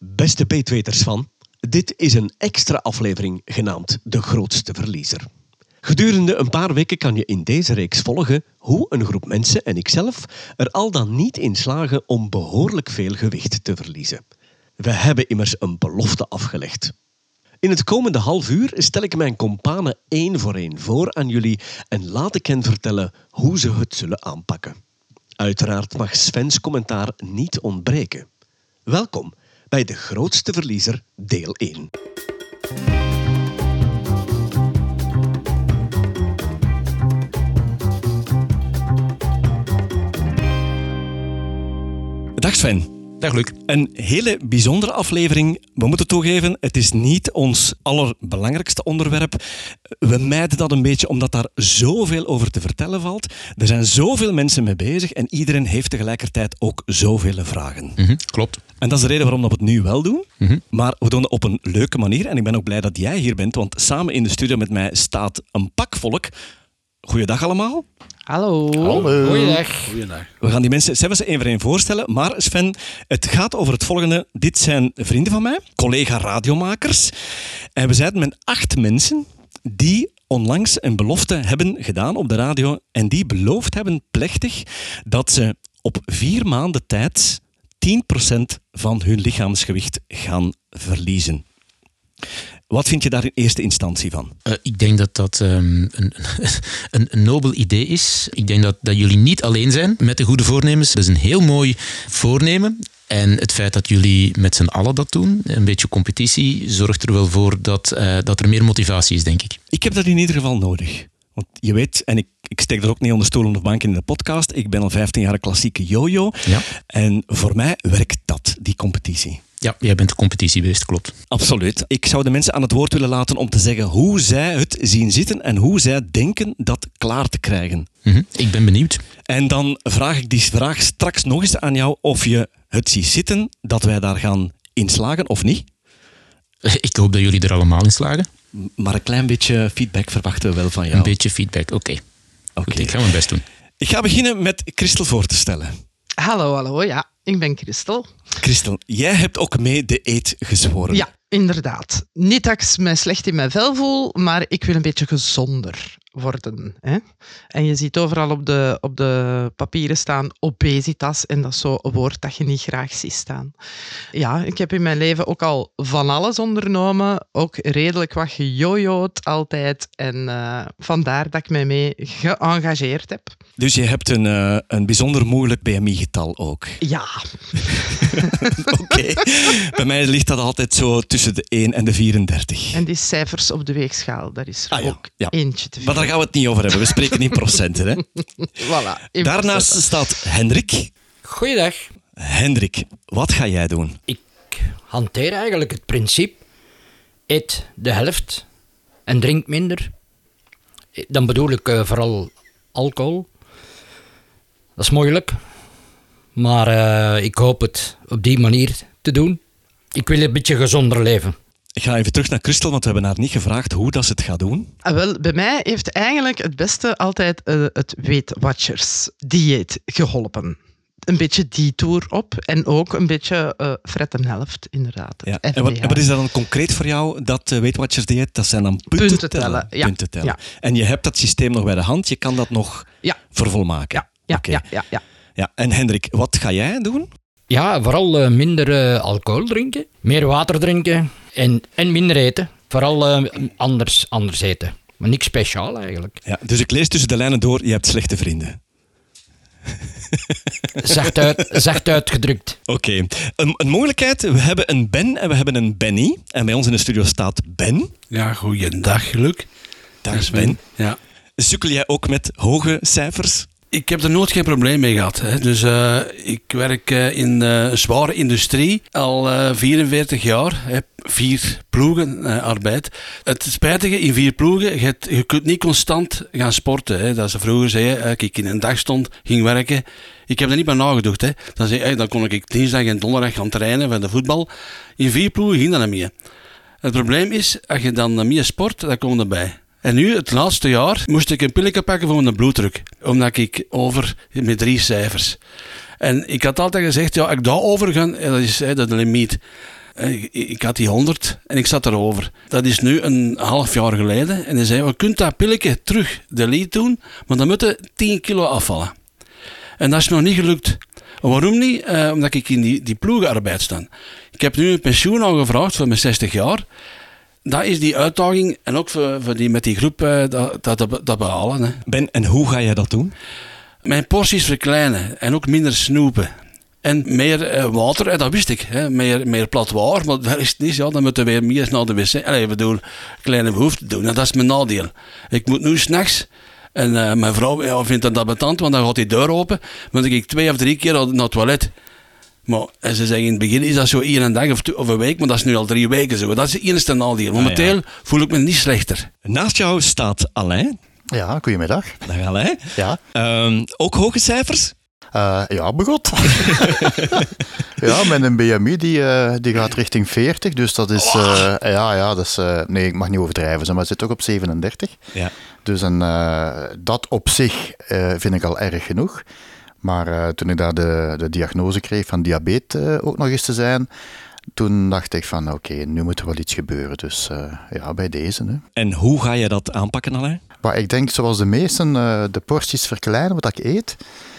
Beste Peetweters van, dit is een extra aflevering genaamd De Grootste Verliezer. Gedurende een paar weken kan je in deze reeks volgen hoe een groep mensen en ikzelf er al dan niet in slagen om behoorlijk veel gewicht te verliezen. We hebben immers een belofte afgelegd. In het komende half uur stel ik mijn kompanen één voor één voor aan jullie en laat ik hen vertellen hoe ze het zullen aanpakken. Uiteraard mag Svens commentaar niet ontbreken. Welkom bij De Grootste Verliezer, deel 1. Dag Sven. Dag Luc. Een hele bijzondere aflevering. We moeten toegeven, het is niet ons allerbelangrijkste onderwerp. We mijden dat een beetje omdat daar zoveel over te vertellen valt. Er zijn zoveel mensen mee bezig en iedereen heeft tegelijkertijd ook zoveel vragen. Klopt. En dat is de reden waarom we het nu wel doen. Maar we doen het op een leuke manier. En ik ben ook blij dat jij hier bent, want samen in de studio met mij staat een pak volk. Goeiedag allemaal. Hallo. Goeiedag. We gaan die mensen zelfs één voor één voorstellen. Maar Sven, het gaat over het volgende. Dit zijn vrienden van mij, collega-radiomakers. En we zijn met 8 mensen die onlangs een belofte hebben gedaan op de radio. En die beloofd hebben plechtig dat ze op 4 maanden tijd 10% van hun lichaamsgewicht gaan verliezen. Wat vind je daar in eerste instantie van? Ik denk dat dat een nobel idee is. Ik denk dat jullie niet alleen zijn met de goede voornemens. Dat is een heel mooi voornemen. En het feit dat jullie met z'n allen dat doen, een beetje competitie, zorgt er wel voor dat er meer motivatie is, denk ik. Ik heb dat in ieder geval nodig. Want je weet, en ik steek er ook niet onder stoelen of banken in de podcast, ik ben al 15 jaar een klassieke yo-yo. Ja. En voor mij werkt dat, die competitie. Ja, jij bent competitiebeest, klopt. Absoluut. Ik zou de mensen aan het woord willen laten om te zeggen hoe zij het zien zitten en hoe zij denken dat klaar te krijgen. Ik ben benieuwd. En dan vraag ik die vraag straks nog eens aan jou of je het ziet zitten dat wij daar gaan inslagen of niet. Ik hoop dat jullie er allemaal in slagen. Maar een klein beetje feedback verwachten we wel van jou. Een beetje feedback, oké. Ik ga mijn best doen. Ik ga beginnen met Christel voor te stellen. Hallo, ja. Ik ben Christel. Christel, jij hebt ook mee de eed gezworen. Ja, inderdaad. Niet dat ik me slecht in mijn vel voel, maar ik wil een beetje gezonder worden. Hè? En je ziet overal op de papieren staan obesitas en dat is zo een woord dat je niet graag ziet staan. Ja, ik heb in mijn leven ook al van alles ondernomen, ook redelijk wat gejojoed altijd en vandaar dat ik mij mee geëngageerd heb. Dus je hebt een bijzonder moeilijk BMI-getal ook. Ja. Oké. Bij mij ligt dat altijd zo tussen de 1 en de 34. En die cijfers op de weegschaal, daar is ook eentje te veel. Maar daar gaan we het niet over hebben. We spreken in procenten. Hè? Voilà, Daarnaast staat Hendrik. Goeiedag. Hendrik, wat ga jij doen? Ik hanteer eigenlijk het principe: eet de helft en drink minder. Dan bedoel ik vooral alcohol. Dat is moeilijk, maar ik hoop het op die manier te doen. Ik wil een beetje gezonder leven. Ik ga even terug naar Christel, want we hebben haar niet gevraagd hoe dat ze het gaat doen. Wel, bij mij heeft eigenlijk het beste altijd het Weight Watchers dieet geholpen. Een beetje detour op en ook een beetje fretten helft, inderdaad. Ja. En wat is dat dan concreet voor jou, dat Weight Watchers dieet? Dat zijn dan punten tellen. Ja. Punten tellen. Ja. En je hebt dat systeem nog bij de hand, je kan dat nog vervolmaken. Ja. Okay. Ja. Ja. En Hendrik, wat ga jij doen? Ja, vooral minder alcohol drinken, meer water drinken en minder eten. Vooral anders eten. Maar niks speciaal eigenlijk. Ja, dus ik lees tussen de lijnen door, je hebt slechte vrienden. Zacht uitgedrukt. Oké. Een mogelijkheid, we hebben een Ben en we hebben een Benny. En bij ons in de studio staat Ben. Ja, goeiedag, Luc. Dag Ben. Ja. Sukkel jij ook met hoge cijfers? Ik heb er nooit geen probleem mee gehad. Hè. Dus ik werk in zware industrie al 44 jaar. Heb 4 ploegen arbeid. Het spijtige, in 4 ploegen, je kunt niet constant gaan sporten. Hè. Dat ze vroeger zei, ik in een dag stond, ging werken. Ik heb er niet bij nagedacht. Hè. Dan kon ik dinsdag en donderdag gaan trainen van de voetbal. In 4 ploegen ging dat niet meer. Het probleem is, als je dan meer sport, dan komt erbij. En nu, het laatste jaar, moest ik een pilletje pakken voor mijn bloeddruk. Omdat ik over met 3 cijfers. En ik had altijd gezegd, ja, als ik daar over ga, dat is de limiet. Ik had die 100 en ik zat erover. Dat is nu een half jaar geleden. En hij zei, je kunt dat pilletje terug delete doen, maar dan moet je 10 kilo afvallen. En dat is nog niet gelukt. Waarom niet? Omdat ik in die ploegenarbeid sta. Ik heb nu een pensioen aangevraagd voor mijn 60 jaar. Dat is die uitdaging en ook voor die, met die groep dat behalen. Hè. Ben, en hoe ga je dat doen? Mijn porties verkleinen en ook minder snoepen. En meer water, en dat wist ik. Hè. Meer plat water, maar dat is het niet. Ja, dan moeten we weer meer naar de wc. Ik bedoel, kleine behoeften doen. En dat is mijn nadeel. Ik moet nu 's nachts. En mijn vrouw vindt dat betand, want dan gaat die deur open. Dan moet ik 2 of 3 keer naar het toilet. Maar en ze zeggen in het begin is dat zo 1 dag of een week, maar dat is nu al 3 weken zo. Dat is het enige nadeel. Momenteel voel ik me niet slechter. Naast jou staat Alain. Ja, goedemiddag. Dag Alain. Ja. Ook hoge cijfers? Ja, begot. Ja, met een BMI die gaat richting 40, dus dat is... dat is nee, ik mag niet overdrijven, maar het zit toch op 37. Ja. Dus dat op zich vind ik al erg genoeg. Maar toen ik daar de diagnose kreeg van diabetes ook nog eens te zijn, toen dacht ik van oké, nu moet er wel iets gebeuren. Dus bij deze. Hè. En hoe ga je dat aanpakken, Alain? Maar ik denk zoals de meesten de porties verkleinen wat ik eet.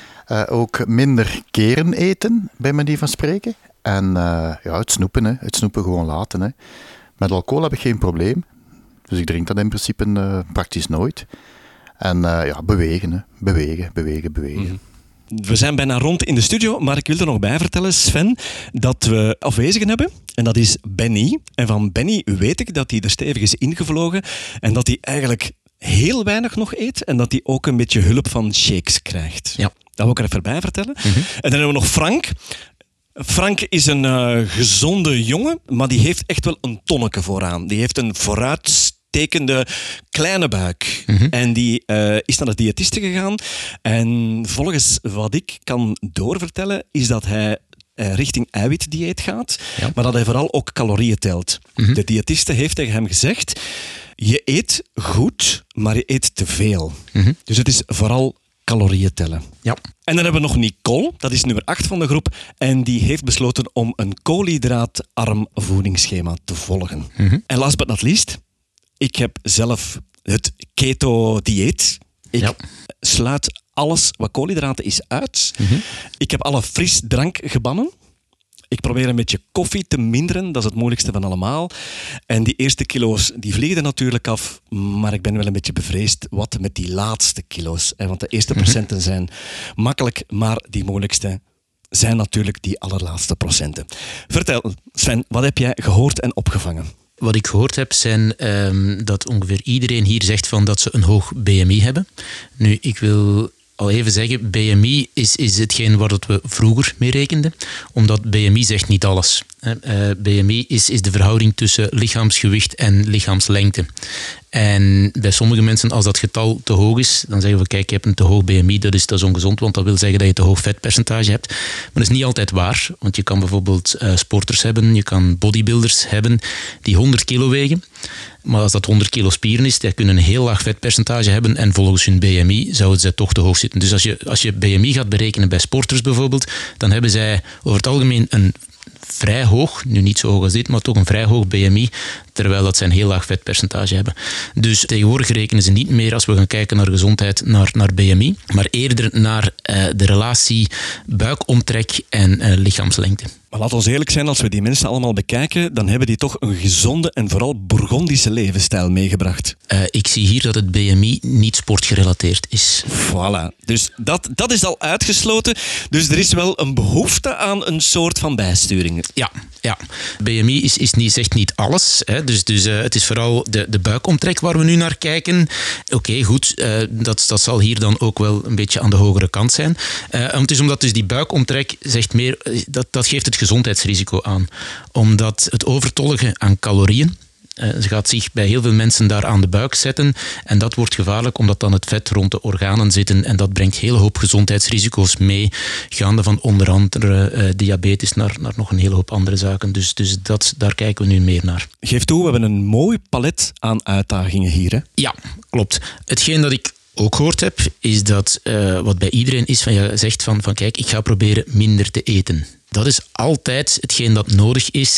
Ook minder keren eten, bij manier van spreken. En het snoepen, hè. Het snoepen gewoon laten. Hè. Met alcohol heb ik geen probleem. Dus ik drink dat in principe praktisch nooit. En bewegen, hè. Bewegen. Mm-hmm. We zijn bijna rond in de studio, maar ik wil er nog bij vertellen, Sven, dat we afwezigen hebben. En dat is Benny. En van Benny weet ik dat hij er stevig is ingevlogen. En dat hij eigenlijk heel weinig nog eet. En dat hij ook een beetje hulp van shakes krijgt. Ja. Dat wil ik er even bij vertellen. Mm-hmm. En dan hebben we nog Frank. Frank is een gezonde jongen, maar die heeft echt wel een tonneke vooraan. Die heeft een vooruitstekende kleine buik. Mm-hmm. En die is naar de diëtiste gegaan. En volgens wat ik kan doorvertellen, is dat hij richting eiwitdieet gaat, ja. maar dat hij vooral ook calorieën telt. Mm-hmm. De diëtiste heeft tegen hem gezegd, je eet goed, maar je eet te veel. Mm-hmm. Dus het is vooral calorieën tellen. Ja. En dan hebben we nog Nicole, dat is nummer 8 van de groep. En die heeft besloten om een koolhydraatarm voedingsschema te volgen. Mm-hmm. En last but not least, ik heb zelf het keto-dieet. Ik sluit alles wat koolhydraten is uit. Mm-hmm. Ik heb alle frisdrank gebannen. Ik probeer een beetje koffie te minderen, dat is het moeilijkste van allemaal. En die eerste kilo's, die vliegen er natuurlijk af, maar ik ben wel een beetje bevreesd wat met die laatste kilo's. Want de eerste procenten zijn makkelijk, maar die moeilijkste zijn natuurlijk die allerlaatste procenten. Vertel, Sven, wat heb jij gehoord en opgevangen? Wat ik gehoord heb zijn dat ongeveer iedereen hier zegt van dat ze een hoog BMI hebben. Nu, ik wil al even zeggen, BMI is hetgeen waar we vroeger mee rekenden, omdat BMI zegt niet alles. BMI is de verhouding tussen lichaamsgewicht en lichaamslengte. En bij sommige mensen, als dat getal te hoog is, dan zeggen we, kijk, je hebt een te hoog BMI, dat is ongezond, want dat wil zeggen dat je te hoog vetpercentage hebt. Maar dat is niet altijd waar, want je kan bijvoorbeeld sporters hebben, je kan bodybuilders hebben die 100 kilo wegen. Maar als dat 100 kilo spieren is, die kunnen een heel laag vetpercentage hebben en volgens hun BMI zouden zij toch te hoog zitten. Dus als je BMI gaat berekenen bij sporters bijvoorbeeld, dan hebben zij over het algemeen een vrij hoog, nu niet zo hoog als dit, maar toch een vrij hoog BMI, terwijl dat zij een heel laag vetpercentage hebben. Dus tegenwoordig rekenen ze niet meer, als we gaan kijken naar gezondheid, naar BMI, maar eerder naar de relatie buikomtrek en lichaamslengte. Maar laat ons eerlijk zijn, als we die mensen allemaal bekijken, dan hebben die toch een gezonde en vooral Bourgondische levensstijl meegebracht. Ik zie hier dat het BMI niet sportgerelateerd is. Voilà. Dus dat is al uitgesloten. Dus er is wel een behoefte aan een soort van bijsturing. Ja. BMI zegt niet alles. Hè. Dus het is vooral de buikomtrek waar we nu naar kijken. Oké, goed. Dat zal hier dan ook wel een beetje aan de hogere kant zijn. Het is omdat dus die buikomtrek zegt meer, dat geeft het gezondheidsrisico aan. Omdat het overtolligen aan calorieën, ze gaat zich bij heel veel mensen daar aan de buik zetten en dat wordt gevaarlijk omdat dan het vet rond de organen zitten en dat brengt heel hoop gezondheidsrisico's mee, gaande van onder andere diabetes naar nog een hele hoop andere zaken. Dus daar kijken we nu meer naar. Geef toe, we hebben een mooi palet aan uitdagingen hier. Hè? Ja, klopt. Hetgeen dat ik ook gehoord heb, is dat wat bij iedereen is, je zegt van kijk, ik ga proberen minder te eten. Dat is altijd hetgeen dat nodig is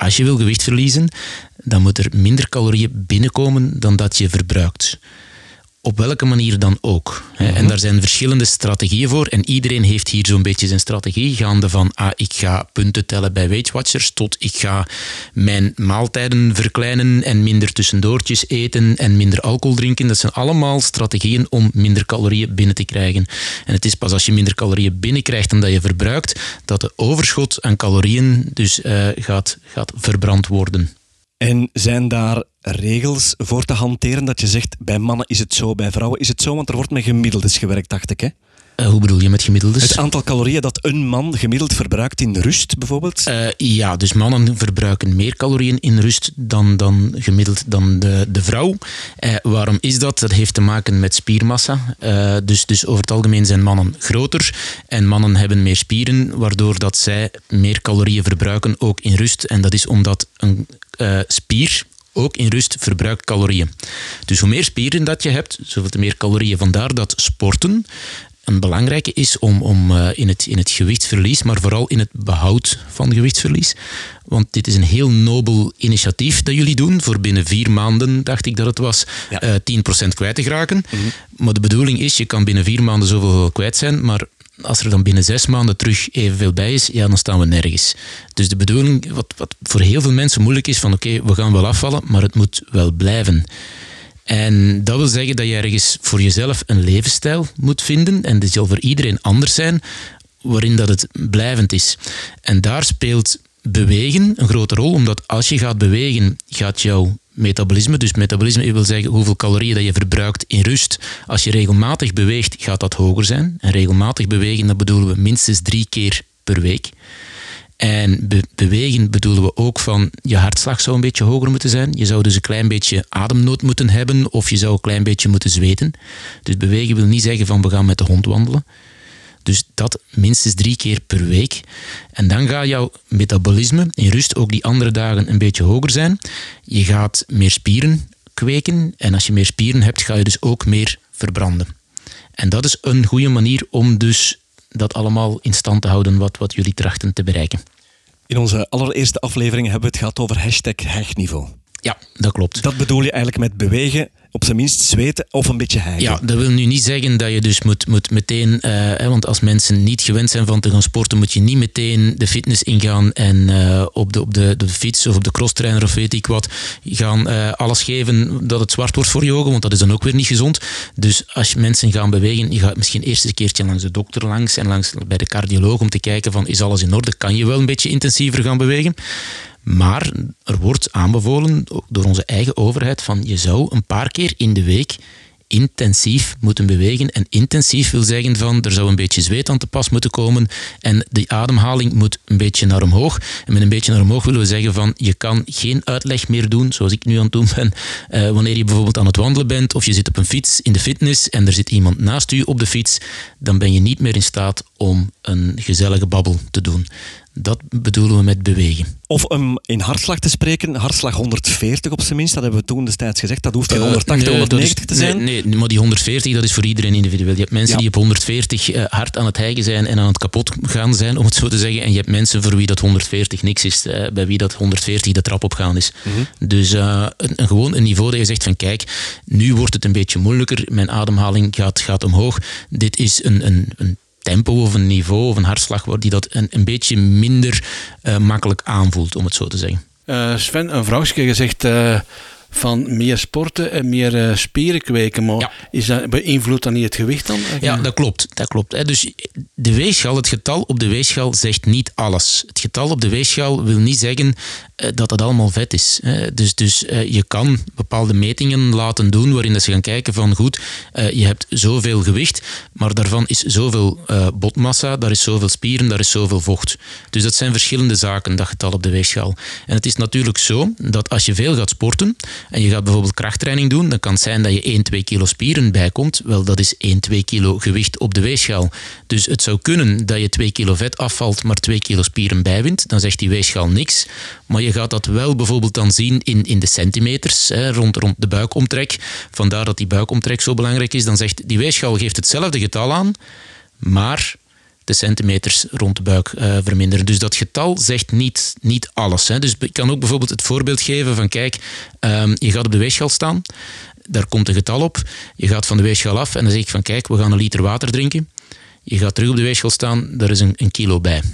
als je wil gewicht verliezen, dan moet er minder calorieën binnenkomen dan dat je verbruikt. Op welke manier dan ook. En daar zijn verschillende strategieën voor. En iedereen heeft hier zo'n beetje zijn strategie. Gaande van, ik ga punten tellen bij Weight Watchers, tot ik ga mijn maaltijden verkleinen en minder tussendoortjes eten en minder alcohol drinken. Dat zijn allemaal strategieën om minder calorieën binnen te krijgen. En het is pas als je minder calorieën binnenkrijgt dan dat je verbruikt, dat de overschot aan calorieën dus gaat verbrand worden. En zijn daar regels voor te hanteren dat je zegt, bij mannen is het zo, bij vrouwen is het zo? Want er wordt met gemiddeldes gewerkt, dacht ik, hè? Hoe bedoel je met gemiddeldes? Het aantal calorieën dat een man gemiddeld verbruikt in rust, bijvoorbeeld? Ja, dus mannen verbruiken meer calorieën in rust dan gemiddeld dan de vrouw. Waarom is dat? Dat heeft te maken met spiermassa. Dus over het algemeen zijn mannen groter en mannen hebben meer spieren, waardoor dat zij meer calorieën verbruiken, ook in rust. En dat is omdat een spier ook in rust verbruikt calorieën. Dus hoe meer spieren dat je hebt, zoveel te meer calorieën. Vandaar dat sporten een belangrijke is om in het gewichtsverlies, maar vooral in het behoud van gewichtsverlies. Want dit is een heel nobel initiatief dat jullie doen. Voor binnen 4 maanden, dacht ik dat het was, 10% kwijt te geraken. Maar de bedoeling is, je kan binnen 4 maanden zoveel kwijt zijn, maar als er dan binnen 6 maanden terug evenveel bij is, ja, dan staan we nergens. Dus de bedoeling, wat voor heel veel mensen moeilijk is, van oké, we gaan wel afvallen, maar het moet wel blijven. En dat wil zeggen dat je ergens voor jezelf een levensstijl moet vinden, en dit zal voor iedereen anders zijn, waarin dat het blijvend is. En daar speelt bewegen een grote rol, omdat als je gaat bewegen, gaat jouw metabolisme, dus metabolisme wil zeggen hoeveel calorieën dat je verbruikt in rust. Als je regelmatig beweegt, gaat dat hoger zijn. En regelmatig bewegen, dat bedoelen we minstens 3 keer per week. En bewegen bedoelen we ook van, je hartslag zou een beetje hoger moeten zijn. Je zou dus een klein beetje ademnood moeten hebben, of je zou een klein beetje moeten zweten. Dus bewegen wil niet zeggen van, we gaan met de hond wandelen. Dus dat minstens 3 keer per week. En dan gaat jouw metabolisme in rust ook die andere dagen een beetje hoger zijn. Je gaat meer spieren kweken. En als je meer spieren hebt, ga je dus ook meer verbranden. En dat is een goede manier om dus dat allemaal in stand te houden wat jullie trachten te bereiken. In onze allereerste aflevering hebben we het gehad over #hegniveau. Ja, dat klopt. Dat bedoel je eigenlijk met bewegen, op zijn minst zweten of een beetje hijgen. Ja, dat wil nu niet zeggen dat je dus moet meteen... want als mensen niet gewend zijn van te gaan sporten, moet je niet meteen de fitness ingaan en op de fiets of op de crosstrainer of weet ik wat, gaan alles geven dat het zwart wordt voor je ogen, want dat is dan ook weer niet gezond. Dus als mensen gaan bewegen, je gaat misschien eerst een keertje langs de dokter langs en bij de cardioloog om te kijken van, is alles in orde? Kan je wel een beetje intensiever gaan bewegen? Maar er wordt aanbevolen door onze eigen overheid van, je zou een paar keer in de week intensief moeten bewegen. En intensief wil zeggen van, er zou een beetje zweet aan te pas moeten komen en die ademhaling moet een beetje naar omhoog. En met een beetje naar omhoog willen we zeggen van, je kan geen uitleg meer doen, zoals ik nu aan het doen ben, wanneer je bijvoorbeeld aan het wandelen bent of je zit op een fiets in de fitness en er zit iemand naast u op de fiets, dan ben je niet meer in staat om een gezellige babbel te doen. Dat bedoelen we met bewegen. Of om in hartslag te spreken, hartslag 140 op zijn minst, dat hebben we toen destijds gezegd. Dat hoeft geen 180, 190 te zijn. Nee, maar die 140, dat is voor iedereen individueel. Je hebt mensen die op 140 hard aan het hijgen zijn en aan het kapot gaan zijn, om het zo te zeggen. En je hebt mensen voor wie dat 140 niks is, bij wie dat 140 de trap opgaan is. Dus gewoon een niveau dat je zegt van, kijk, nu wordt het een beetje moeilijker, mijn ademhaling gaat omhoog. Dit is een tempo of een niveau of een hartslag die dat een beetje minder makkelijk aanvoelt, om het zo te zeggen. Sven, een vraagje gezegd van meer sporten en meer spieren kweken, maar beïnvloedt dat niet het gewicht dan? Ja, dat klopt. Dus de weegschaal, het getal op de weegschaal zegt niet alles. Het getal op de weegschaal wil niet zeggen dat het allemaal vet is. Dus je kan bepaalde metingen laten doen waarin ze gaan kijken van, goed, je hebt zoveel gewicht, maar daarvan is zoveel botmassa, daar is zoveel spieren, daar is zoveel vocht. Dus dat zijn verschillende zaken, dat getal op de weegschaal. En het is natuurlijk zo dat als je veel gaat sporten en je gaat bijvoorbeeld krachttraining doen, dan kan het zijn dat je 1-2 kilo spieren bijkomt. Wel, dat is 1-2 kilo gewicht op de weegschaal. Dus het zou kunnen dat je 2 kilo vet afvalt, maar 2 kilo spieren bijwint. Dan zegt die weegschaal niks. Maar je gaat dat wel bijvoorbeeld dan zien in de centimeters, rond de buikomtrek. Vandaar dat die buikomtrek zo belangrijk is. Dan zegt die weegschaal geeft hetzelfde getal aan, maar de centimeters rond de buik verminderen. Dus dat getal zegt niet alles. Hè. Dus ik kan ook bijvoorbeeld het voorbeeld geven van kijk, je gaat op de weegschaal staan, daar komt een getal op, je gaat van de weegschaal af en dan zeg ik van kijk, we gaan een liter water drinken. Je gaat terug op de weegschaal staan, daar is een kilo bij.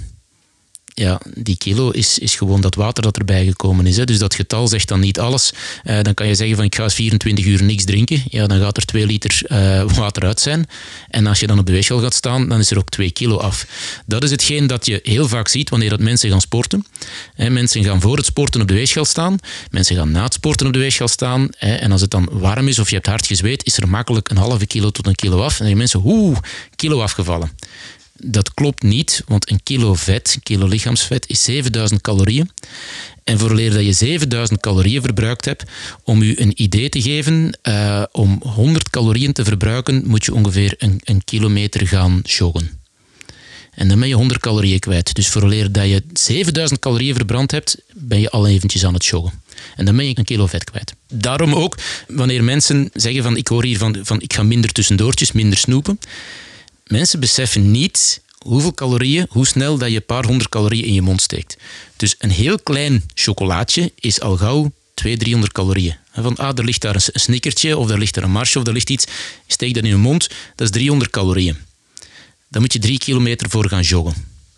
Ja, die kilo is gewoon dat water dat erbij gekomen is. Hè. Dus dat getal zegt dan niet alles. Dan kan je zeggen van ik ga eens 24 uur niks drinken. Ja, dan gaat er 2 liter water uit zijn. En als je dan op de weegschaal gaat staan, dan is er ook 2 kilo af. Dat is hetgeen dat je heel vaak ziet wanneer dat mensen gaan sporten. Mensen gaan voor het sporten op de weegschaal staan. Mensen gaan na het sporten op de weegschaal staan. En als het dan warm is of je hebt hard gezweet, is er makkelijk een halve kilo tot een kilo af. En dan zeggen mensen, kilo afgevallen. Dat klopt niet, want een kilo vet, een kilo lichaamsvet, is 7000 calorieën. En vooraleer dat je 7000 calorieën verbruikt hebt, om u een idee te geven, om 100 calorieën te verbruiken, moet je ongeveer een kilometer gaan joggen. En dan ben je 100 calorieën kwijt. Dus vooraleer dat je 7000 calorieën verbrand hebt, ben je al eventjes aan het joggen. En dan ben je een kilo vet kwijt. Daarom ook, wanneer mensen zeggen van ik hoor hier van ik ga minder tussendoortjes, minder snoepen. Mensen beseffen niet hoeveel calorieën, hoe snel dat je een paar 100 calorieën in je mond steekt. Dus een heel klein chocolaatje is al gauw 200-300 calorieën. Van, er ligt daar een snickertje, of daar ligt er een marsje, of daar ligt iets. Je steekt dat in je mond, dat is 300 calorieën. Dan moet je 3 kilometer voor gaan joggen.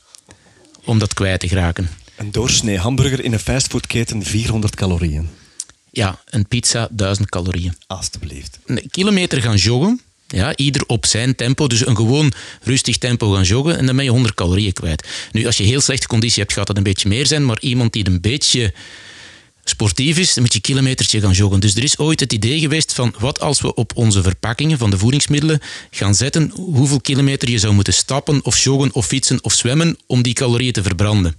Om dat kwijt te geraken. Een doorsnee hamburger in een fastfoodketen 400 calorieën. Ja, een pizza 1000 calorieën. Alsjeblieft. Een kilometer gaan joggen. Ja, ieder op zijn tempo, dus een gewoon rustig tempo gaan joggen en dan ben je 100 calorieën kwijt. Nu, als je heel slechte conditie hebt, gaat dat een beetje meer zijn, maar iemand die een beetje sportief is, dan moet je een kilometertje gaan joggen. Dus er is ooit het idee geweest van wat als we op onze verpakkingen van de voedingsmiddelen gaan zetten hoeveel kilometer je zou moeten stappen of joggen of fietsen of zwemmen om die calorieën te verbranden.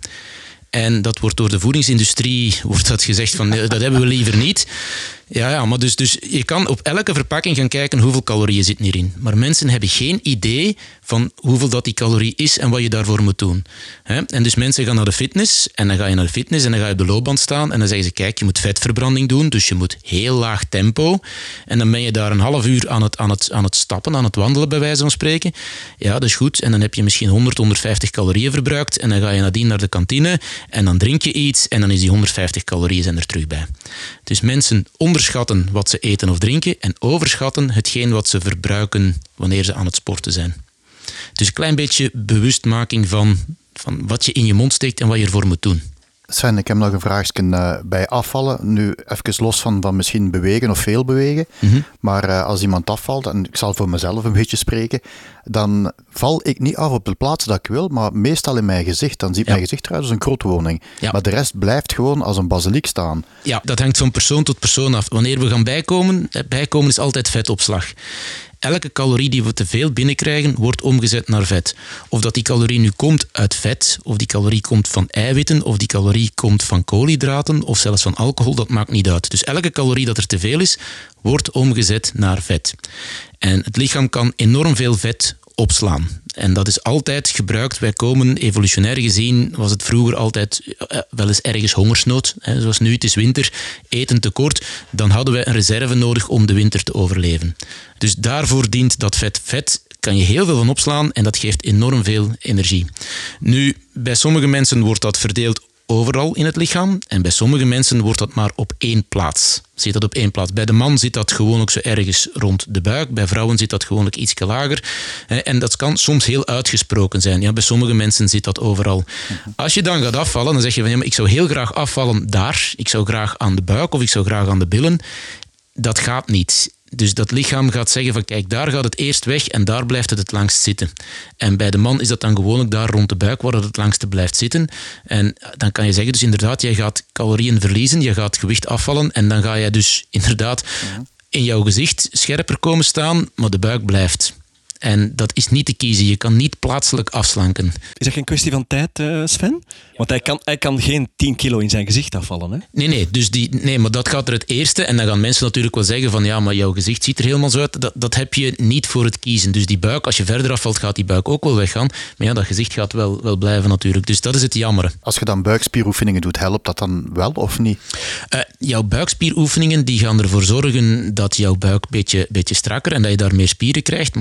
En dat wordt door de voedingsindustrie gezegd van dat hebben we liever niet. Ja, maar dus je kan op elke verpakking gaan kijken hoeveel calorieën zitten hierin. Maar mensen hebben geen idee van hoeveel dat die calorie is en wat je daarvoor moet doen. En dus mensen gaan naar de fitness en dan ga je naar de fitness en dan ga je op de loopband staan en dan zeggen ze kijk, je moet vetverbranding doen, dus je moet heel laag tempo. En dan ben je daar een half uur aan het stappen, aan het wandelen bij wijze van spreken. Ja, dat is goed. En dan heb je misschien 150 calorieën verbruikt en dan ga je nadien naar de kantine en dan drink je iets en dan is die 150 calorieën zijn er terug bij. Dus mensen onderschatten wat ze eten of drinken en overschatten hetgeen wat ze verbruiken wanneer ze aan het sporten zijn. Dus een klein beetje bewustmaking van wat je in je mond steekt en wat je ervoor moet doen. Sven, ik heb nog een vraagje bij afvallen. Nu even los van misschien bewegen of veel bewegen. Mm-hmm. Maar als iemand afvalt, en ik zal voor mezelf een beetje spreken, dan val ik niet af op de plaats dat ik wil, maar meestal in mijn gezicht. Dan ziet mijn gezicht eruit als een krotwoning. Ja. Maar de rest blijft gewoon als een basiliek staan. Ja, dat hangt van persoon tot persoon af. Wanneer we gaan bijkomen is altijd vetopslag. Elke calorie die we te veel binnenkrijgen, wordt omgezet naar vet. Of dat die calorie nu komt uit vet, of die calorie komt van eiwitten, of die calorie komt van koolhydraten, of zelfs van alcohol, dat maakt niet uit. Dus elke calorie dat er te veel is, wordt omgezet naar vet. En het lichaam kan enorm veel vet opslaan. En dat is altijd gebruikt. Wij komen, evolutionair gezien, was het vroeger altijd wel eens ergens hongersnood. Zoals nu, het is winter, eten tekort. Dan hadden wij een reserve nodig om de winter te overleven. Dus daarvoor dient dat vet. Vet kan je heel veel van opslaan en dat geeft enorm veel energie. Nu, bij sommige mensen wordt dat verdeeld overal in het lichaam en bij sommige mensen wordt dat maar op één plaats. Zit dat op één plaats. Bij de man zit dat gewoonlijk zo ergens rond de buik. Bij vrouwen zit dat gewoonlijk iets lager. En dat kan soms heel uitgesproken zijn. Ja, bij sommige mensen zit dat overal. Als je dan gaat afvallen, dan zeg je van ja, maar ik zou heel graag afvallen daar. Ik zou graag aan de buik of ik zou graag aan de billen. Dat gaat niet. Dus dat lichaam gaat zeggen van kijk, daar gaat het eerst weg en daar blijft het langst zitten. En bij de man is dat dan gewoonlijk daar rond de buik waar het langste blijft zitten. En dan kan je zeggen, dus inderdaad, jij gaat calorieën verliezen, je gaat gewicht afvallen en dan ga je dus inderdaad in jouw gezicht scherper komen staan, maar de buik blijft. En dat is niet te kiezen. Je kan niet plaatselijk afslanken. Is dat geen kwestie van tijd, Sven? Want hij kan geen 10 kilo in zijn gezicht afvallen, hè? Nee, maar dat gaat er het eerste. En dan gaan mensen natuurlijk wel zeggen van ja, maar jouw gezicht ziet er helemaal zo uit. Dat heb je niet voor het kiezen. Dus die buik, als je verder afvalt, gaat die buik ook wel weggaan. Maar ja, dat gezicht gaat wel blijven natuurlijk. Dus dat is het jammere. Als je dan buikspieroefeningen doet, helpt dat dan wel of niet? Jouw buikspieroefeningen die gaan ervoor zorgen dat jouw buik een beetje strakker en dat je daar meer spieren krijgt. Maar je gaat er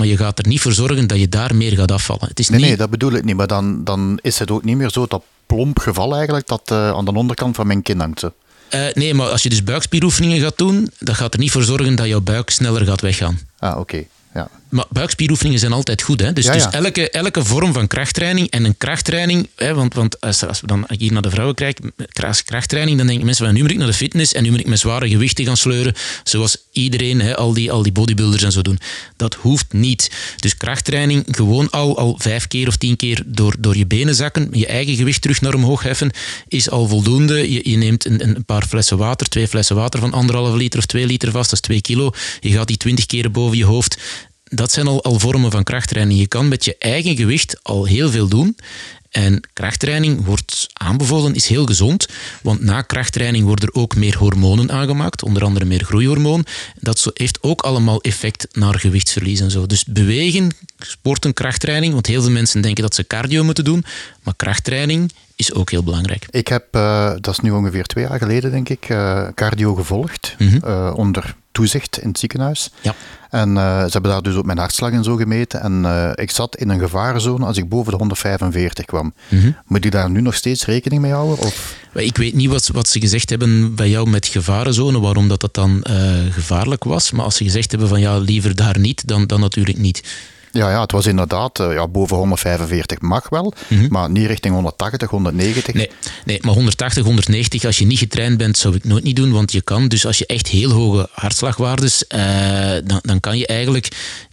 niet voor zorgen dat je daar meer gaat afvallen. Het is Nee, dat bedoel ik niet. Maar dan is het ook niet meer zo dat plomp geval eigenlijk dat aan de onderkant van mijn kin hangt. Zo. Nee, maar als je dus buikspieroefeningen gaat doen, dat gaat er niet voor zorgen dat jouw buik sneller gaat weggaan. Oké. Ja. Maar buikspieroefeningen zijn altijd goed. Hè? Dus elke vorm van krachttraining en een krachttraining... Hè, want als we dan hier naar de vrouwen kijken, krachttraining, dan denken mensen van nu moet ik naar de fitness en nu moet ik met zware gewichten gaan sleuren, zoals iedereen, hè, al die bodybuilders en zo doen. Dat hoeft niet. Dus krachttraining, gewoon al 5 keer of 10 keer door je benen zakken, je eigen gewicht terug naar omhoog heffen, is al voldoende. Je neemt een paar flessen water, 2 flessen water van 1,5 liter of 2 liter vast, dat is 2 kilo. Je gaat die 20 keren boven je hoofd. Dat zijn al vormen van krachttraining. Je kan met je eigen gewicht al heel veel doen. En krachttraining wordt aanbevolen, is heel gezond. Want na krachttraining worden er ook meer hormonen aangemaakt. Onder andere meer groeihormoon. Dat heeft ook allemaal effect naar gewichtsverlies en zo. Dus bewegen, sporten, krachttraining. Want heel veel mensen denken dat ze cardio moeten doen. Maar krachttraining is ook heel belangrijk. Ik heb, dat is nu ongeveer 2 jaar geleden denk ik, cardio gevolgd. Onder toezicht in het ziekenhuis. Ja. En ze hebben daar dus ook mijn hartslag en zo gemeten. En ik zat in een gevarenzone als ik boven de 145 kwam. Moet ik daar nu nog steeds rekening mee houden? Of? Ik weet niet wat ze gezegd hebben bij jou met gevarenzone, waarom dat dan gevaarlijk was. Maar als ze gezegd hebben van ja, liever daar niet, dan natuurlijk niet. Ja, het was inderdaad, boven 145 mag wel, maar niet richting 180, 190. Nee, maar 180, 190, als je niet getraind bent, zou ik nooit niet doen, want je kan. Dus als je echt heel hoge hartslagwaardes, dan kan je eigenlijk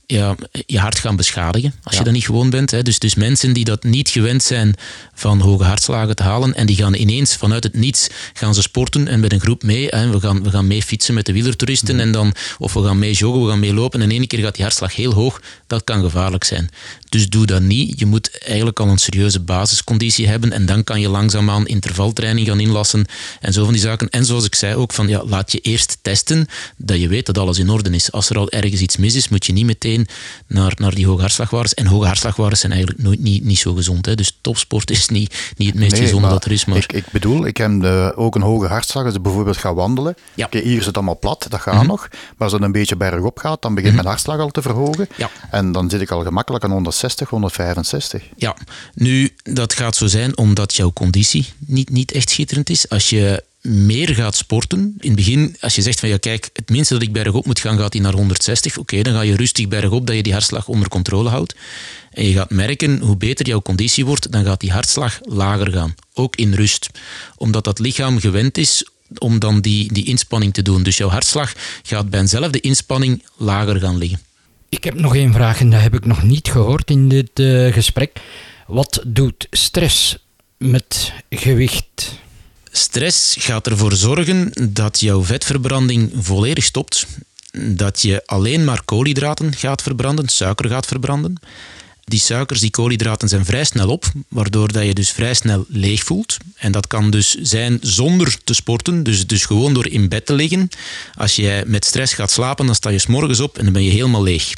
je hart gaan beschadigen, als je dat niet gewoon bent. Hè. Dus mensen die dat niet gewend zijn van hoge hartslagen te halen en die gaan ineens vanuit het niets gaan ze sporten en met een groep mee. Hè. We gaan mee fietsen met de wielertoeristen en dan, of we gaan mee joggen, we gaan mee lopen en in één keer gaat die hartslag heel hoog. Dat kan gevaarlijk zijn. Dus doe dat niet. Je moet eigenlijk al een serieuze basisconditie hebben en dan kan je langzaamaan intervaltraining gaan inlassen en zo van die zaken. En zoals ik zei ook, laat je eerst testen dat je weet dat alles in orde is. Als er al ergens iets mis is, moet je niet meteen naar die hoge hartslagwaardes. En hoge hartslagwaardes zijn eigenlijk nooit niet zo gezond. Hè. Dus topsport is niet het meest gezonde dat er is. Maar... Ik bedoel, ik heb ook een hoge hartslag. Als ik bijvoorbeeld ga wandelen. Ja. Okay, hier is het allemaal plat, dat gaat nog. Maar als het een beetje bergop gaat, dan begint mijn hartslag al te verhogen. Ja. En dan zit ik al gemakkelijk aan 160, 165. Ja, nu, dat gaat zo zijn omdat jouw conditie niet echt schitterend is. Als je meer gaat sporten. In het begin, als je zegt van ja kijk, het minste dat ik bergop moet gaan, gaat die naar 160. Oké, dan ga je rustig bergop dat je die hartslag onder controle houdt. En je gaat merken, hoe beter jouw conditie wordt, dan gaat die hartslag lager gaan. Ook in rust. Omdat dat lichaam gewend is om dan die inspanning te doen. Dus jouw hartslag gaat bij eenzelfde inspanning lager gaan liggen. Ik heb nog 1 vraag en dat heb ik nog niet gehoord in dit gesprek. Wat doet stress met gewicht? Stress gaat ervoor zorgen dat jouw vetverbranding volledig stopt. Dat je alleen maar koolhydraten gaat verbranden, suiker gaat verbranden. Die suikers, die koolhydraten zijn vrij snel op, waardoor dat je dus vrij snel leeg voelt. En dat kan dus zijn zonder te sporten, dus gewoon door in bed te liggen. Als je met stress gaat slapen, dan sta je 's morgens op en dan ben je helemaal leeg.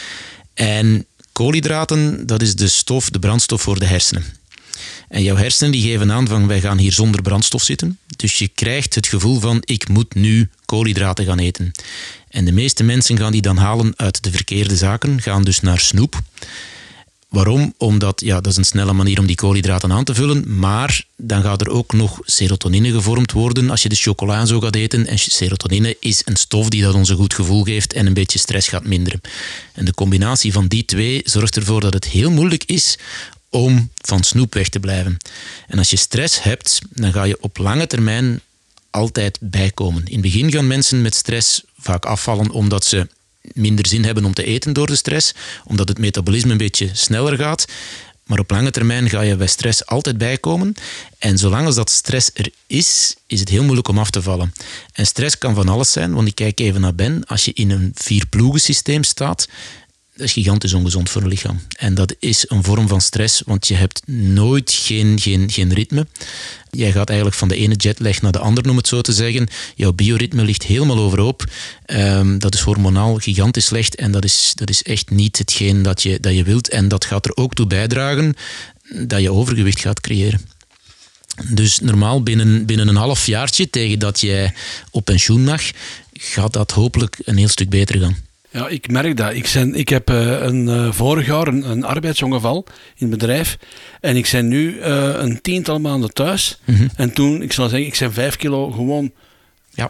En koolhydraten, dat is de brandstof voor de hersenen. En jouw hersenen die geven aan van wij gaan hier zonder brandstof zitten. Dus je krijgt het gevoel van ik moet nu koolhydraten gaan eten. En de meeste mensen gaan die dan halen uit de verkeerde zaken, gaan dus naar snoep. Waarom? Omdat dat is een snelle manier om die koolhydraten aan te vullen, maar dan gaat er ook nog serotonine gevormd worden als je de chocola en zo gaat eten. En serotonine is een stof die dat ons een goed gevoel geeft en een beetje stress gaat minderen. En de combinatie van die 2 zorgt ervoor dat het heel moeilijk is om van snoep weg te blijven. En als je stress hebt, dan ga je op lange termijn altijd bijkomen. In het begin gaan mensen met stress vaak afvallen omdat ze minder zin hebben om te eten door de stress, omdat het metabolisme een beetje sneller gaat. Maar op lange termijn ga je bij stress altijd bijkomen. En zolang als dat stress er is het heel moeilijk om af te vallen. En stress kan van alles zijn, want ik kijk even naar Ben. Als je in een 4-ploegen-systeem staat, dat is gigantisch ongezond voor een lichaam. En dat is een vorm van stress, want je hebt nooit geen ritme. Jij gaat eigenlijk van de ene jetlag naar de andere, om het zo te zeggen. Jouw bioritme ligt helemaal overhoop. Dat is hormonaal gigantisch slecht en dat is echt niet hetgeen dat je wilt. En dat gaat er ook toe bijdragen dat je overgewicht gaat creëren. Dus normaal binnen een halfjaartje, tegen dat jij op pensioen mag, gaat dat hopelijk een heel stuk beter gaan. Ja, ik merk dat. Ik heb vorig jaar een arbeidsongeval in het bedrijf. En ik ben nu een 10-tal maanden thuis. En toen, ik zal zeggen, ik ben 5 kilo gewoon... Ja.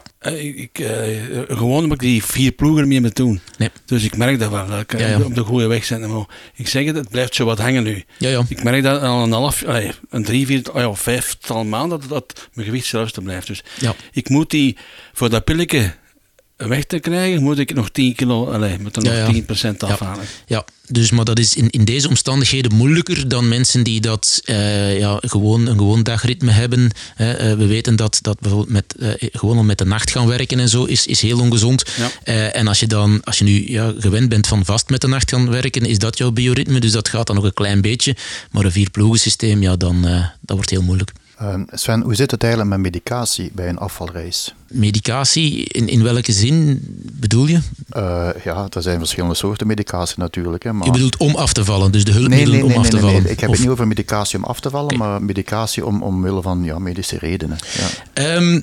Gewoon omdat ik die 4 ploegen meer moet doen. Nee. Dus ik merk dat wel. Dat ik op de goede weg ben. Maar ik zeg het blijft zo wat hangen nu. Ja. Ik merk dat al een 3, 4, 5-tal maanden dat mijn gewicht zelfs blijft. Dus ik moet die, voor dat pilletje weg te krijgen, moet ik nog 10 kilo, moet er nog 10% afhalen. Ja, dus, maar dat is in deze omstandigheden moeilijker dan mensen die dat gewoon een gewoon dagritme hebben. We weten dat bijvoorbeeld gewoon al met de nacht gaan werken en zo is heel ongezond. Ja. En als je nu gewend bent van vast met de nacht gaan werken, is dat jouw bioritme, dus dat gaat dan nog een klein beetje. Maar een 4-ploegensysteem, dat wordt heel moeilijk. Sven, hoe zit het eigenlijk met medicatie bij een afvalreis? Medicatie, in welke zin bedoel je? Er zijn verschillende soorten medicatie natuurlijk. Hè, maar... Je bedoelt om af te vallen, dus de hulpmiddelen om af te vallen? Nee, ik heb het niet over medicatie om af te vallen, maar medicatie omwille van medische redenen. Ja.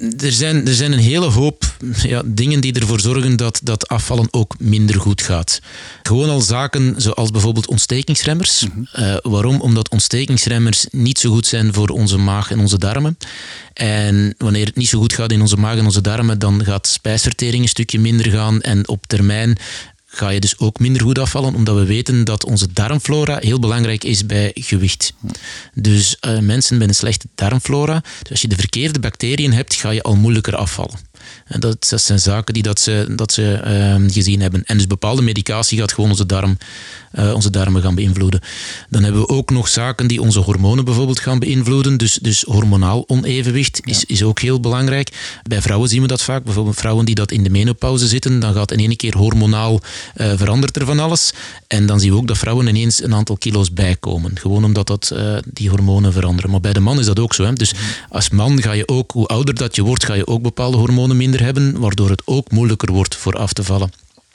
Er zijn een hele hoop dingen die ervoor zorgen dat afvallen ook minder goed gaat. Gewoon al zaken zoals bijvoorbeeld ontstekingsremmers. Waarom? Omdat ontstekingsremmers niet zo goed zijn voor onze maag en onze darmen. En wanneer het niet zo goed gaat in onze maag en onze darmen, dan gaat de spijsvertering een stukje minder gaan en op termijn ga je dus ook minder goed afvallen, omdat we weten dat onze darmflora heel belangrijk is bij gewicht. Dus mensen met een slechte darmflora, dus als je de verkeerde bacteriën hebt, ga je al moeilijker afvallen. En dat zijn zaken die dat ze gezien hebben. En dus bepaalde medicatie gaat gewoon onze darmen gaan beïnvloeden. Dan hebben we ook nog zaken die onze hormonen bijvoorbeeld gaan beïnvloeden. Dus hormonaal onevenwicht is ook heel belangrijk. Bij vrouwen zien we dat vaak. Bijvoorbeeld vrouwen die dat in de menopauze zitten, dan gaat in ene keer hormonaal verandert er van alles. En dan zien we ook dat vrouwen ineens een aantal kilo's bijkomen. Gewoon omdat die hormonen veranderen. Maar bij de man is dat ook zo. Hè? Dus als man ga je ook, hoe ouder dat je wordt, ga je ook bepaalde hormonen minder hebben, waardoor het ook moeilijker wordt voor af te vallen.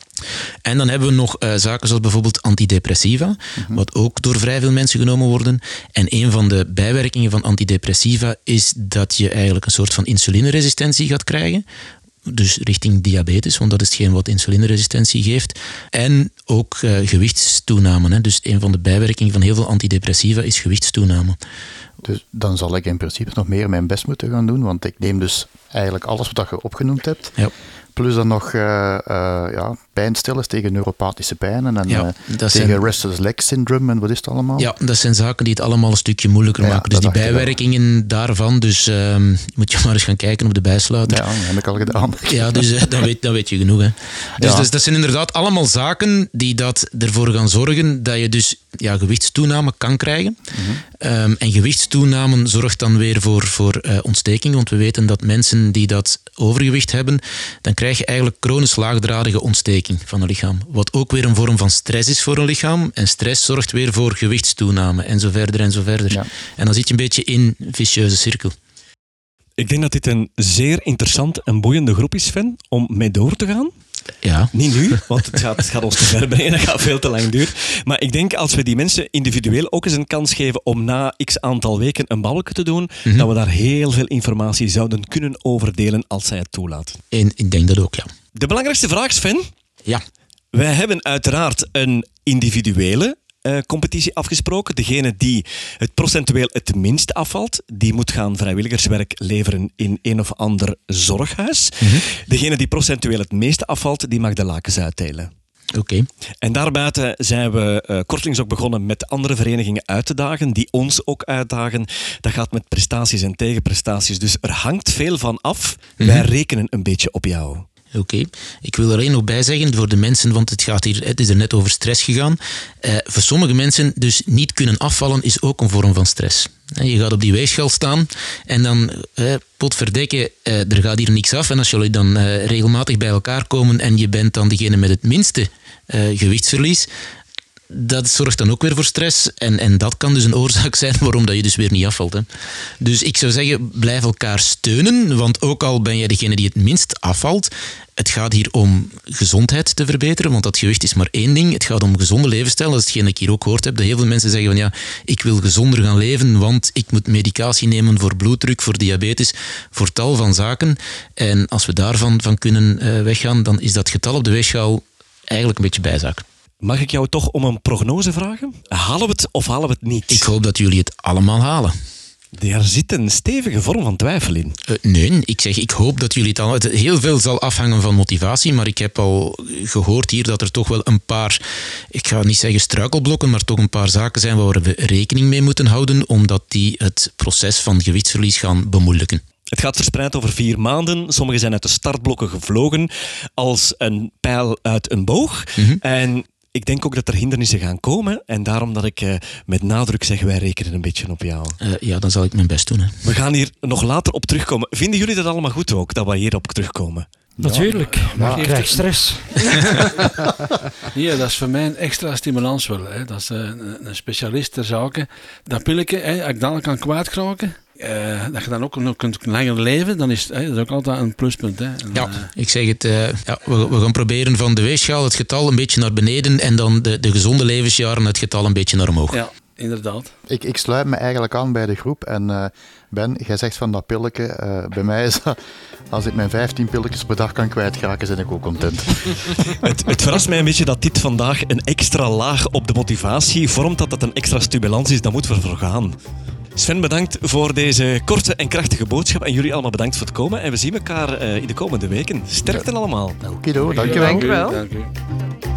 En dan hebben we nog zaken zoals bijvoorbeeld antidepressiva, wat ook door vrij veel mensen genomen worden. En een van de bijwerkingen van antidepressiva is dat je eigenlijk een soort van insulineresistentie gaat krijgen. Dus richting diabetes, want dat is hetgeen wat insulineresistentie geeft. En ook gewichtstoename. Hè. Dus een van de bijwerkingen van heel veel antidepressiva is gewichtstoename. Dus dan zal ik in principe nog meer mijn best moeten gaan doen, want ik neem dus eigenlijk alles wat je opgenoemd hebt. Ja. Plus dan nog pijnstillers tegen neuropathische pijnen en tegen restless leg syndrome en wat is het allemaal? Ja, dat zijn zaken die het allemaal een stukje moeilijker maken. Dus die bijwerkingen daarvan, dus moet je maar eens gaan kijken op de bijsluiter. Ja, dat heb ik al gedaan. Ja, dus dan weet je genoeg. Hè. Dus dat zijn inderdaad allemaal zaken die dat ervoor gaan zorgen dat je dus gewichtstoename kan krijgen. En gewichtstoename zorgt dan weer voor ontsteking, want we weten dat mensen die dat overgewicht hebben, dan krijg je eigenlijk chronisch laagdradige ontsteking van het lichaam. Wat ook weer een vorm van stress is voor een lichaam. En stress zorgt weer voor gewichtstoename en zo verder en zo verder. Ja. En dan zit je een beetje in een vicieuze cirkel. Ik denk dat dit een zeer interessant en boeiende groep is, Sven, om mee door te gaan. Ja. Niet nu, want het gaat ons te ver brengen, dat gaat veel te lang duren. Maar ik denk als we die mensen individueel ook eens een kans geven om na x aantal weken een balken te doen, dat we daar heel veel informatie zouden kunnen overdelen als zij het toelaat. En ik denk dat ook, ja. De belangrijkste vraag, Sven. Ja. Wij hebben uiteraard een individuele competitie afgesproken. Degene die het procentueel het minst afvalt, die moet gaan vrijwilligerswerk leveren in een of ander zorghuis. Degene die procentueel het meeste afvalt, die mag de lakens uitdelen. Oké. En daarbuiten zijn we kortlings ook begonnen met andere verenigingen uit te dagen, die ons ook uitdagen. Dat gaat met prestaties en tegenprestaties. Dus er hangt veel van af. Wij rekenen een beetje op jou. Oké. Ik wil er één nog bij zeggen voor de mensen, want het is er net over stress gegaan. Voor sommige mensen dus niet kunnen afvallen is ook een vorm van stress. Je gaat op die weegschaal staan en dan, potverdikke, er gaat hier niks af. En als jullie dan regelmatig bij elkaar komen en je bent dan degene met het minste gewichtsverlies, dat zorgt dan ook weer voor stress. En dat kan dus een oorzaak zijn waarom dat je dus weer niet afvalt. Hè. Dus ik zou zeggen, blijf elkaar steunen. Want ook al ben jij degene die het minst afvalt, het gaat hier om gezondheid te verbeteren. Want dat gewicht is maar één ding. Het gaat om gezonde levensstijl. Dat is hetgeen dat ik hier ook gehoord heb. Dat heel veel mensen zeggen van ik wil gezonder gaan leven, want ik moet medicatie nemen voor bloeddruk, voor diabetes, voor tal van zaken. En als we daarvan kunnen weggaan, dan is dat getal op de weegschaal eigenlijk een beetje bijzaak. Mag ik jou toch om een prognose vragen? Halen we het of halen we het niet? Ik hoop dat jullie het allemaal halen. Er zit een stevige vorm van twijfel in. Nee, ik hoop dat jullie het allemaal... Heel veel zal afhangen van motivatie, maar ik heb al gehoord hier dat er toch wel een paar, ik ga niet zeggen struikelblokken, maar toch een paar zaken zijn waar we rekening mee moeten houden, omdat die het proces van gewichtsverlies gaan bemoeilijken. Het gaat verspreid over 4 maanden. Sommigen zijn uit de startblokken gevlogen als een pijl uit een boog. En ik denk ook dat er hindernissen gaan komen. En daarom dat ik met nadruk zeg, wij rekenen een beetje op jou. Ja, dan zal ik mijn best doen. Hè. We gaan hier nog later op terugkomen. Vinden jullie dat allemaal goed ook, dat we hierop terugkomen? Natuurlijk, maar ik krijg stress. Ja, dat is voor mij een extra stimulans wel. Hè. Dat is een specialist ter zake. Dat pilletje, als ik dan kan kwijtraken, dat je dan ook nog kunt langer leven, dan is dat is ook altijd een pluspunt. Hè. En, ik zeg het, we gaan proberen van de weegschaal het getal een beetje naar beneden en dan de gezonde levensjaren het getal een beetje naar omhoog. Ja, inderdaad. Ik sluit me eigenlijk aan bij de groep. En Ben, jij zegt van dat pilletje. Bij mij is dat, als ik mijn 15 pilletjes per dag kan kwijtraken, ben ik ook content. Het verrast mij een beetje dat dit vandaag een extra laag op de motivatie vormt, dat het een extra stimulans is. Dat moeten we voor gaan. Sven, bedankt voor deze korte en krachtige boodschap. En jullie allemaal bedankt voor het komen. En we zien elkaar in de komende weken. Sterkte allemaal. Okido, dankjewel. Dank u.